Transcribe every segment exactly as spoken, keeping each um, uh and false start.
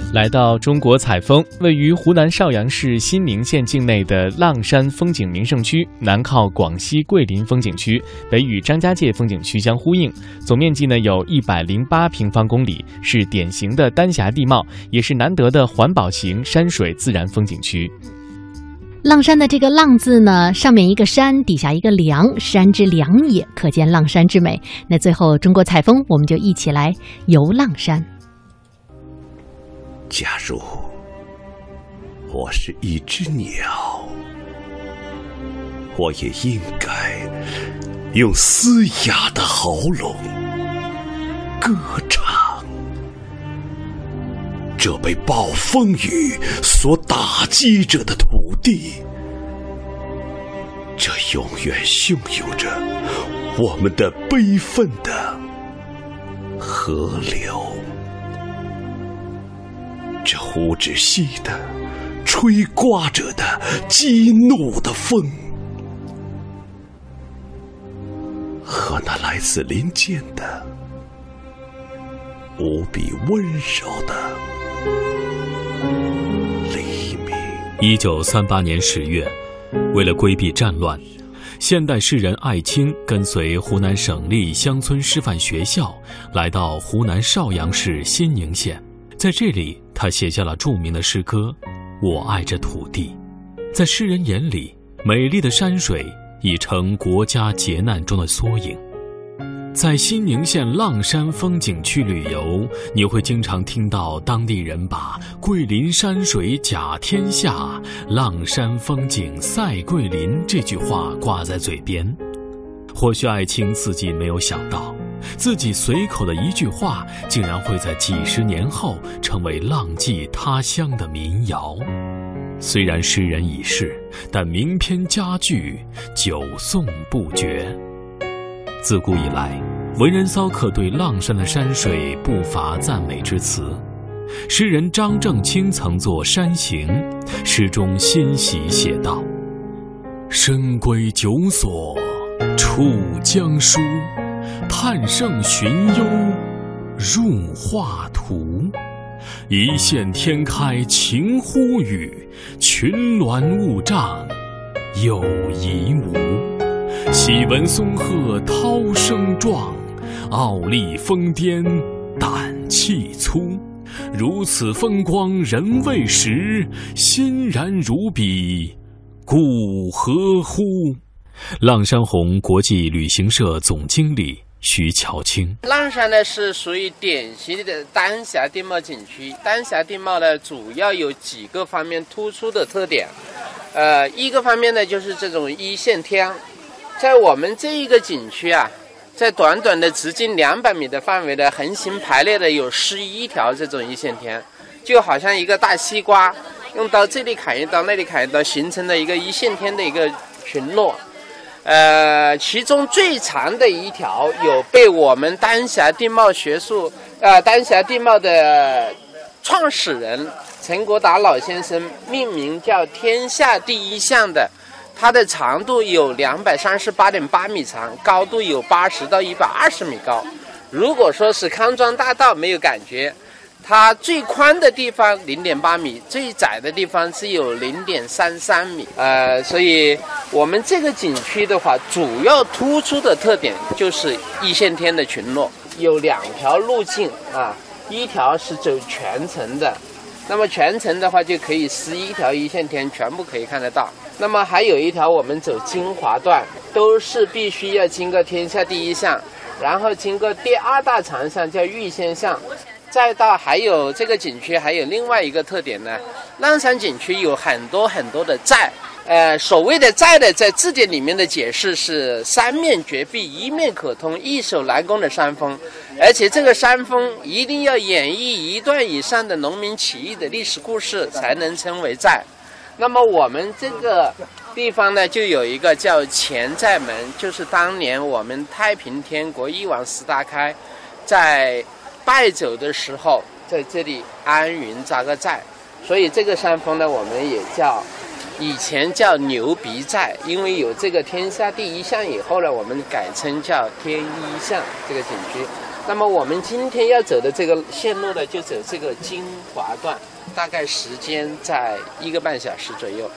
来到中国采风，位于湖南邵阳市新宁县境内的浪山风景名胜区，南靠广西桂林风景区，北与张家界风景区相呼应，总面积呢有一百零八平方公里，是典型的丹霞地貌，也是难得的环保型山水自然风景区。 浪山的这个浪字呢，上面一个山，底下一个梁，山之梁也，可见浪山之美。那最后中国采风，我们就一起来游浪山。 假如我是一只鸟，我也应该用嘶哑的喉咙歌唱这被暴风雨所打击着的土地，这永远汹涌着我们的悲愤的河流，这呼之息的吹刮着的激怒的风，和那来自林间的无比温柔的黎明。 一九三八年十月，为了规避战乱，现代诗人艾青跟随湖南省立乡村师范学校来到湖南邵阳市新宁县，在这里他写下了著名的诗歌《我爱这土地》。在诗人眼里，美丽的山水已成国家劫难中的缩影。在新宁县浪山风景区旅游，你会经常听到当地人把桂林山水甲天下，浪山风景赛桂林这句话挂在嘴边。或许艾青自己没有想到，自己随口的一句话竟然会在几十年后成为浪迹他乡的民谣。虽然诗人已逝，但名篇佳句久诵不绝。自古以来，文人骚客对浪山的山水不乏赞美之词。诗人张正清曾作《山行》，诗中欣喜写道：深闺九所处江书，叹圣寻幽入画图。一线天开晴忽雨，群峦雾障有疑无。喜闻松鹤涛声壮，傲立峰巅胆气粗。如此风光人未识，欣然如彼古何乎？浪山红国际旅行社总经理徐乔清： 浪山呢是属于典型的丹霞地貌景区。丹霞地貌呢，主要有几个方面突出的特点。呃，一个方面呢，就是这种一线天。在我们这一个景区啊，在短短的直径两百米的范围的横行排列的有十一条这种一线天，就好像一个大西瓜，用刀这里砍一刀，那里砍一刀，形成了一个一线天的一个群落。呃，其中最长的一条有被我们丹霞地貌学术，呃，丹霞地貌的创始人陈国达老先生命名叫天下第一项的。它的长度有两百三十八点八米长，高度有八十到一百二十米高。如果说是康庄大道没有感觉，它最宽的地方零点八米，最窄的地方只有零点三三米。呃，所以我们这个景区的话，主要突出的特点就是一线天的群落，有两条路径啊，一条是走全程的。那么全程的话就可以十一条一线天全部可以看得到。那么还有一条我们走精华段，都是必须要经过天下第一项，然后经过第二大长项叫玉仙巷，再到还有这个景区还有另外一个特点呢，浪山景区有很多很多的寨。呃，所谓的寨的，在字典里面的解释是三面绝壁，一面可通，易守难攻的山峰，而且这个山峰一定要演绎一段以上的农民起义的历史故事才能称为寨。那么我们这个地方呢，就有一个叫前寨门，就是当年我们太平天国翼王石达开在败走的时候，在这里安营扎个寨，所以这个山峰呢，我们也叫。以前叫牛鼻寨，因为有这个天下第一项以后呢，我们改称叫天一巷这个景区。 那么我们今天要走的这个线路呢，就走这个金华段，大概时间在一个半小时左右。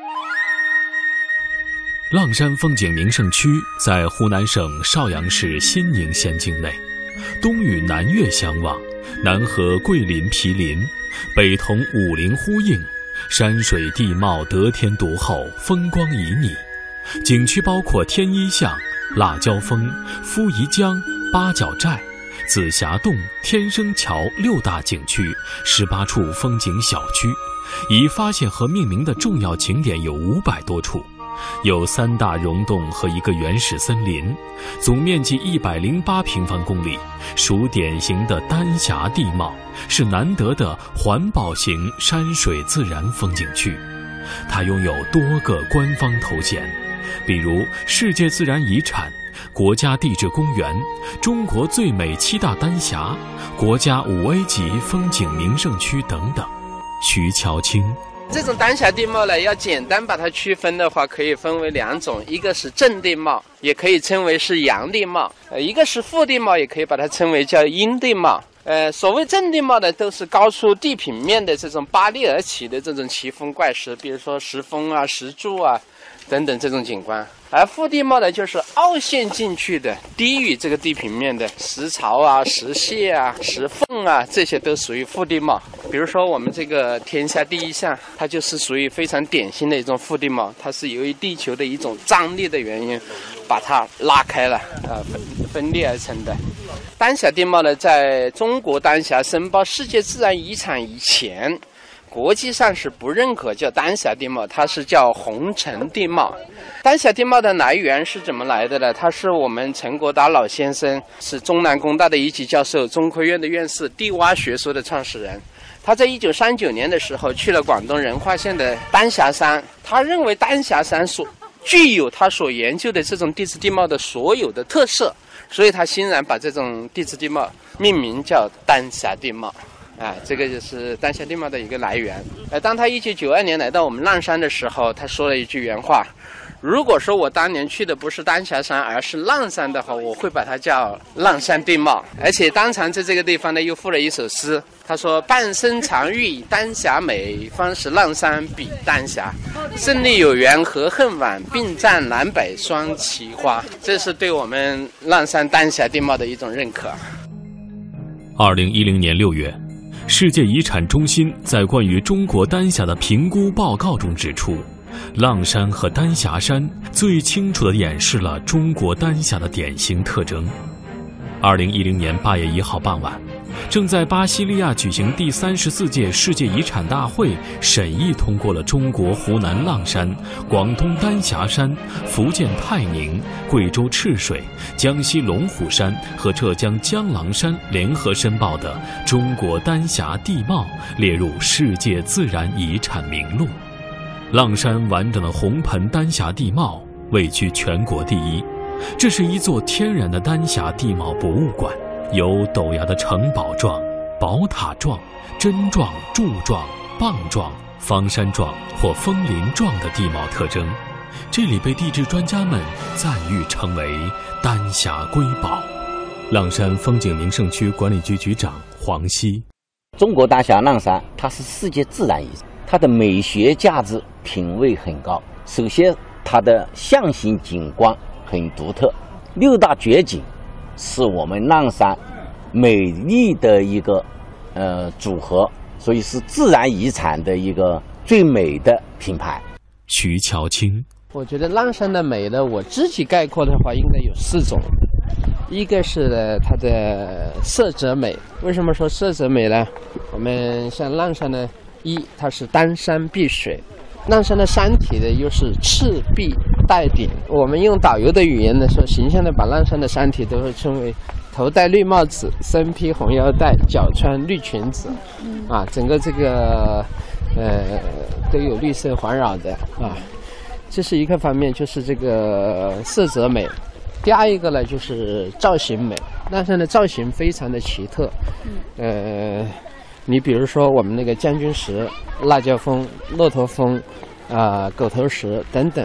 阆山风景名胜区在湖南省邵阳市新宁县境内，东与南岳相望，南和桂林毗邻，北同武陵呼应，山水地貌得天独厚，风光旖旎。景区包括天一巷、辣椒峰、夫遗江、八角寨、紫霞洞、天生桥六大景区，十八处风景小区，已发现和命名的重要景点有五百多处，有三大溶洞和一个原始森林，总面积一百零八平方公里，属典型的丹霞地貌，是难得的环保型山水自然风景区。它拥有多个官方头衔，比如世界自然遗产、国家地质公园、中国最美七大丹霞、国家五 A 级风景名胜区等等。徐乔清， 这种丹霞地貌呢，要简单把它区分的话，可以分为两种，一个是正地貌，也可以称为是阳地貌；呃，一个是负地貌，也可以把它称为叫阴地貌。呃，所谓正地貌呢，都是高出地平面的这种拔地而起的这种奇峰怪石，比如说石峰啊、石柱啊等等这种景观。而负地貌呢，就是凹陷进去的，低于这个地平面的石槽啊、石屑啊、石缝啊，这些都属于负地貌。比如说我们这个天下第一巷，它就是属于非常典型的一种负地貌，它是由于地球的一种张力的原因，把它拉开了，啊、呃，分分裂而成的。丹霞地貌呢，在中国丹霞申报世界自然遗产以前，国际上是不认可叫丹霞地貌，它是叫红尘地貌。丹霞地貌的来源是怎么来的呢？他是我们陈国达老先生，是中南工大的一级教授，中科院的院士，地洼学说的创始人。他在一九三九年的时候去了广东仁化县的丹霞山，他认为丹霞山所具有他所研究的这种地质地貌的所有的特色，所以他欣然把这种地质地貌命名叫丹霞地貌。啊，这个就是丹霞地貌的一个来源。呃，当他一九九二年来到我们阆山的时候，他说了一句原话：如果说我当年去的不是丹霞山，而是阆山的话，我会把它叫阆山地貌。而且当场在这个地方呢，又赋了一首诗，他说：半生常欲以丹霞美，方使阆山比丹霞。胜利有缘何恨晚，并占南北双奇花。这是对我们阆山丹霞地貌的一种认可。 二零一零年六月，世界遗产中心在关于中国丹霞的评估报告中指出，阆山和丹霞山最清楚地演示了中国丹霞的典型特征。二零一零年八月一号傍晚，正在巴西利亚举行第三十四届世界遗产大会审议通过了中国湖南阆山、广东丹霞山、福建泰宁、贵州赤水、江西龙虎山和浙江江郎山联合申报的中国丹霞地貌列入世界自然遗产名录。阆山完整的红盆丹霞地貌位居全国第一，这是一座天然的丹霞地貌博物馆，有陡崖的城堡状、宝塔状、针状、柱状、棒状、方山状或枫林状的地貌特征。这里被地质专家们赞誉称为丹霞瑰宝。阆山风景名胜区管理局局长黄希： 中国丹霞阆山它是世界自然遗产，它的美学价值品位很高。首先它的象形景观很独特，六大绝景是我们阆山美丽的一个呃组合，所以是自然遗产的一个最美的品牌。 徐乔清： 我觉得阆山的美呢，我自己概括的话应该有四种。一个是呢它的色泽美，为什么说色泽美呢？我们像阆山呢，一它是单山碧水，阆山的山体呢又是赤壁带顶，我们用导游的语言呢说，形象的把阆山的山体都会称为头戴绿帽子，身披红腰带，脚穿绿裙子，啊，整个这个呃都有绿色环绕的啊，这是一个方面，就是这个色泽美。第二一个呢就是造型美，阆山的造型非常的奇特，呃，你比如说我们那个将军石、辣椒峰、骆驼峰、啊、呃、狗头石等等，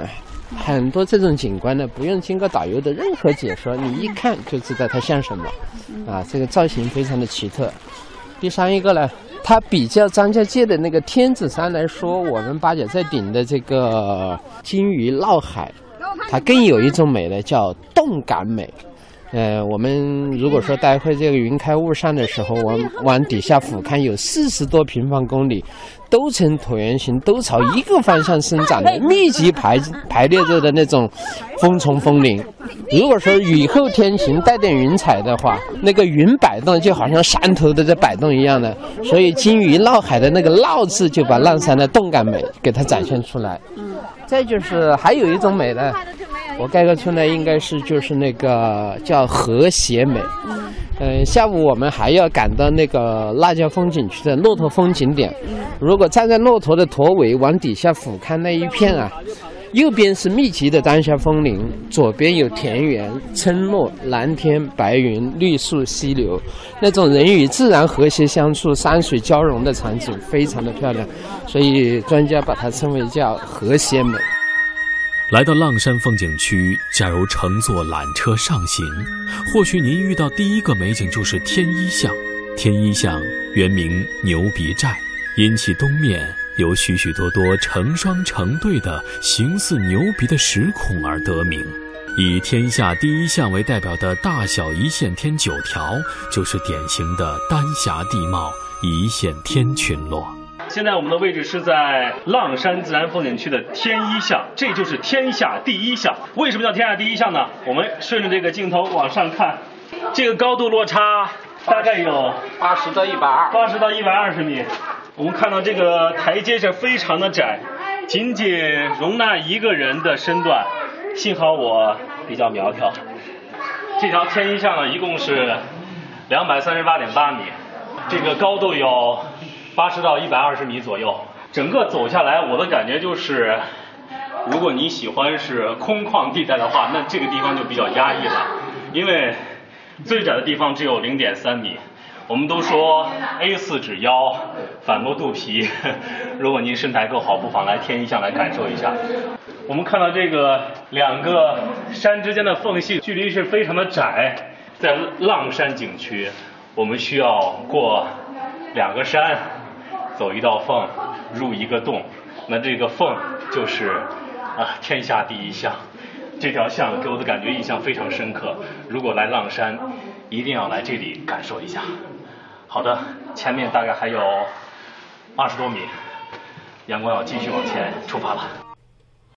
很多这种景观呢，不用经过导游的任何解说，你一看就知道它像什么。啊，这个造型非常的奇特。第三一个呢，它比较张家界的那个天子山来说，我们八角在顶的这个金鱼闹海，它更有一种美呢，叫动感美。呃，我们如果说待会这个云开雾散的时候，往往底下俯瞰，有四十多平方公里，都呈椭圆形，都朝一个方向生长的密集排排列着的那种枫丛枫林。如果说雨后天晴带点云彩的话，那个云摆动就好像山头都在摆动一样的，所以金鱼闹海的那个闹字就把浪山的动感美给它展现出来。嗯，再就是还有一种美呢，我概括出来应该是就是那个叫和谐美。嗯，呃，下午我们还要赶到那个辣椒风景区的骆驼峰景点。如果站在骆驼的驼尾往底下俯瞰那一片啊，右边是密集的丹霞枫林，左边有田园、村落、蓝天、白云、绿树、溪流，那种人与自然和谐相处、山水交融的场景非常的漂亮，所以专家把它称为叫和谐美。 来到浪山风景区，假如乘坐缆车上行，或许您遇到第一个美景就是天一巷。天一巷原名牛鼻寨，因其东面有许许多多成双成对的形似牛鼻的石孔而得名。以天下第一巷为代表的大小一线天九条，就是典型的丹霞地貌一线天群落。 现在我们的位置是在浪山自然风景区的天一巷，这就是天下第一巷。为什么叫天下第一巷呢？我们顺着这个镜头往上看，这个高度落差大概有八十到一百二， 八十到一百二十米。我们看到这个台阶是非常的窄，仅仅容纳一个人的身段。幸好我比较苗条。这条天一巷呢，一共是两百三十八点八米，这个高度有八十到一百二十米左右。整个走下来，我的感觉就是，如果你喜欢是空旷地带的话，那这个地方就比较压抑了，因为最窄的地方只有零点三米。我们都说 A 四 指腰，反摸肚皮。如果您身材够好，不妨来天一巷来感受一下。我们看到这个两个山之间的缝隙，距离是非常的窄。在浪山景区，我们需要过两个山，走一道缝，入一个洞。那这个缝就是啊天下第一巷。这条巷给我的感觉印象非常深刻。如果来浪山，一定要来这里感受一下。好的，前面大概还有二十多米，阳光要继续往前出发了。